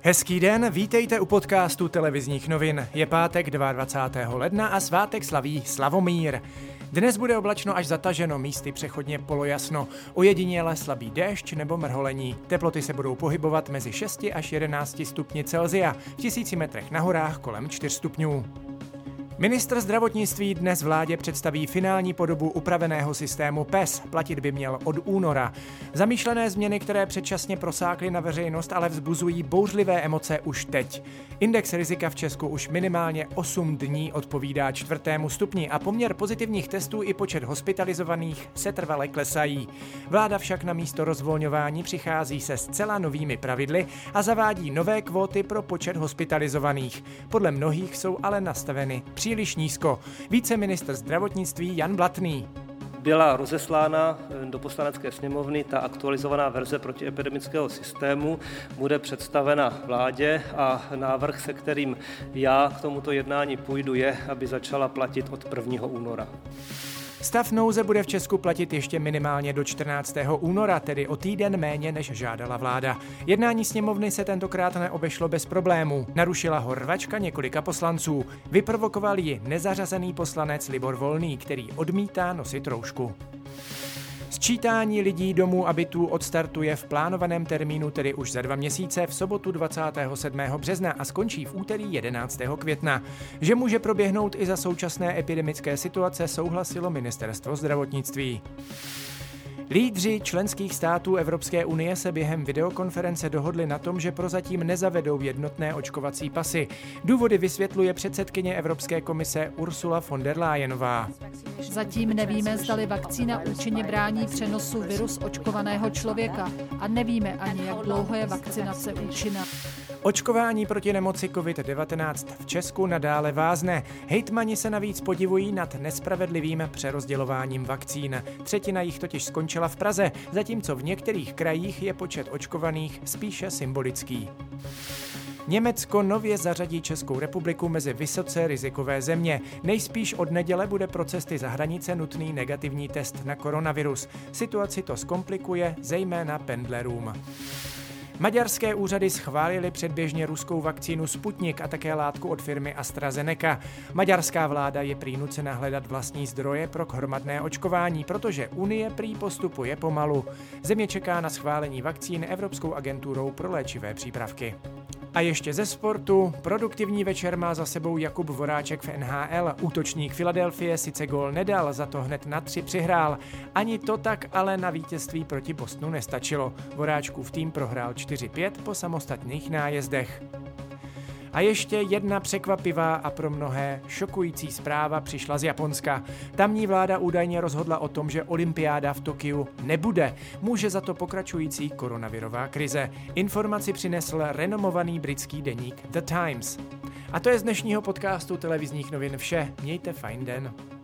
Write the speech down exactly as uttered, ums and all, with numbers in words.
Hezký den, vítejte u podcastu televizních novin. Je pátek dvacátého druhého ledna a svátek slaví Slavomír. Dnes bude oblačno až zataženo, místy přechodně polojasno, ojediněle slabý déšť nebo mrholení. Teploty se budou pohybovat mezi šesti až jedenácti stupni Celsia, v tisíci metrech na horách kolem čtyř stupňů. Ministr zdravotnictví dnes vládě představí finální podobu upraveného systému P E S. Platit by měl od února. Zamýšlené změny, které předčasně prosákly na veřejnost, ale vzbuzují bouřlivé emoce už teď. Index rizika v Česku už minimálně osm dní odpovídá čtvrtému stupni a poměr pozitivních testů i počet hospitalizovaných se trvale klesají. Vláda však na místo rozvolňování přichází se zcela novými pravidly a zavádí nové kvóty pro počet hospitalizovaných. Podle mnohých jsou ale nastaveny příliš nízko. Více ministr zdravotnictví Jan Blatný. Byla rozeslána do Poslanecké sněmovny ta aktualizovaná verze protiepidemického systému, bude představena vládě a návrh, se kterým já k tomuto jednání půjdu, je, aby začala platit od prvního února. Stav nouze bude v Česku platit ještě minimálně do čtrnáctého února, tedy o týden méně, než žádala vláda. Jednání sněmovny se tentokrát neobešlo bez problémů. Narušila ho rvačka několika poslanců. Vyprovokoval ji nezařazený poslanec Libor Volný, který odmítá nosit roušku. Sčítání lidí domů a bytů odstartuje v plánovaném termínu, tedy už za dva měsíce, v sobotu dvacátého sedmého března a skončí v úterý jedenáctého května. Že může proběhnout i za současné epidemické situace, souhlasilo ministerstvo zdravotnictví. Lídři členských států Evropské unie se během videokonference dohodli na tom, že prozatím nezavedou jednotné očkovací pasy. Důvody vysvětluje předsedkyně Evropské komise Ursula von der Leyenová. Zatím nevíme, zdali vakcína účinně brání přenosu viru z očkovaného člověka a nevíme ani, jak dlouho je vakcinace účinná. Očkování proti nemoci covid devatenáct v Česku nadále vázne. Hejtmani se navíc podivují nad nespravedlivým přerozdělováním vakcín. Třetina jich totiž skončila v Praze, zatímco v některých krajích je počet očkovaných spíše symbolický. Německo nově zařadí Českou republiku mezi vysoce rizikové země. Nejspíš od neděle bude pro cesty za hranice nutný negativní test na koronavirus. Situaci to zkomplikuje zejména pendlerům. Maďarské úřady schválily předběžně ruskou vakcínu Sputnik a také látku od firmy AstraZeneca. Maďarská vláda je prý nucena hledat vlastní zdroje pro hromadné očkování, protože Unie prý postupuje pomalu. Země čeká na schválení vakcín Evropskou agenturou pro léčivé přípravky. A ještě ze sportu. Produktivní večer má za sebou Jakub Voráček v N H L. Útočník Philadelphie sice gól nedal, za to hned na tři přihrál. Ani to tak ale na vítězství proti Bostonu nestačilo. Voráčkův tým prohrál čtyři pět po samostatných nájezdech. A ještě jedna překvapivá a pro mnohé šokující zpráva přišla z Japonska. Tamní vláda údajně rozhodla o tom, že olympiáda v Tokiu nebude. Může za to pokračující koronavirová krize. Informaci přinesl renomovaný britský deník The Times. A to je z dnešního podcastu televizních novin vše. Mějte fajn den.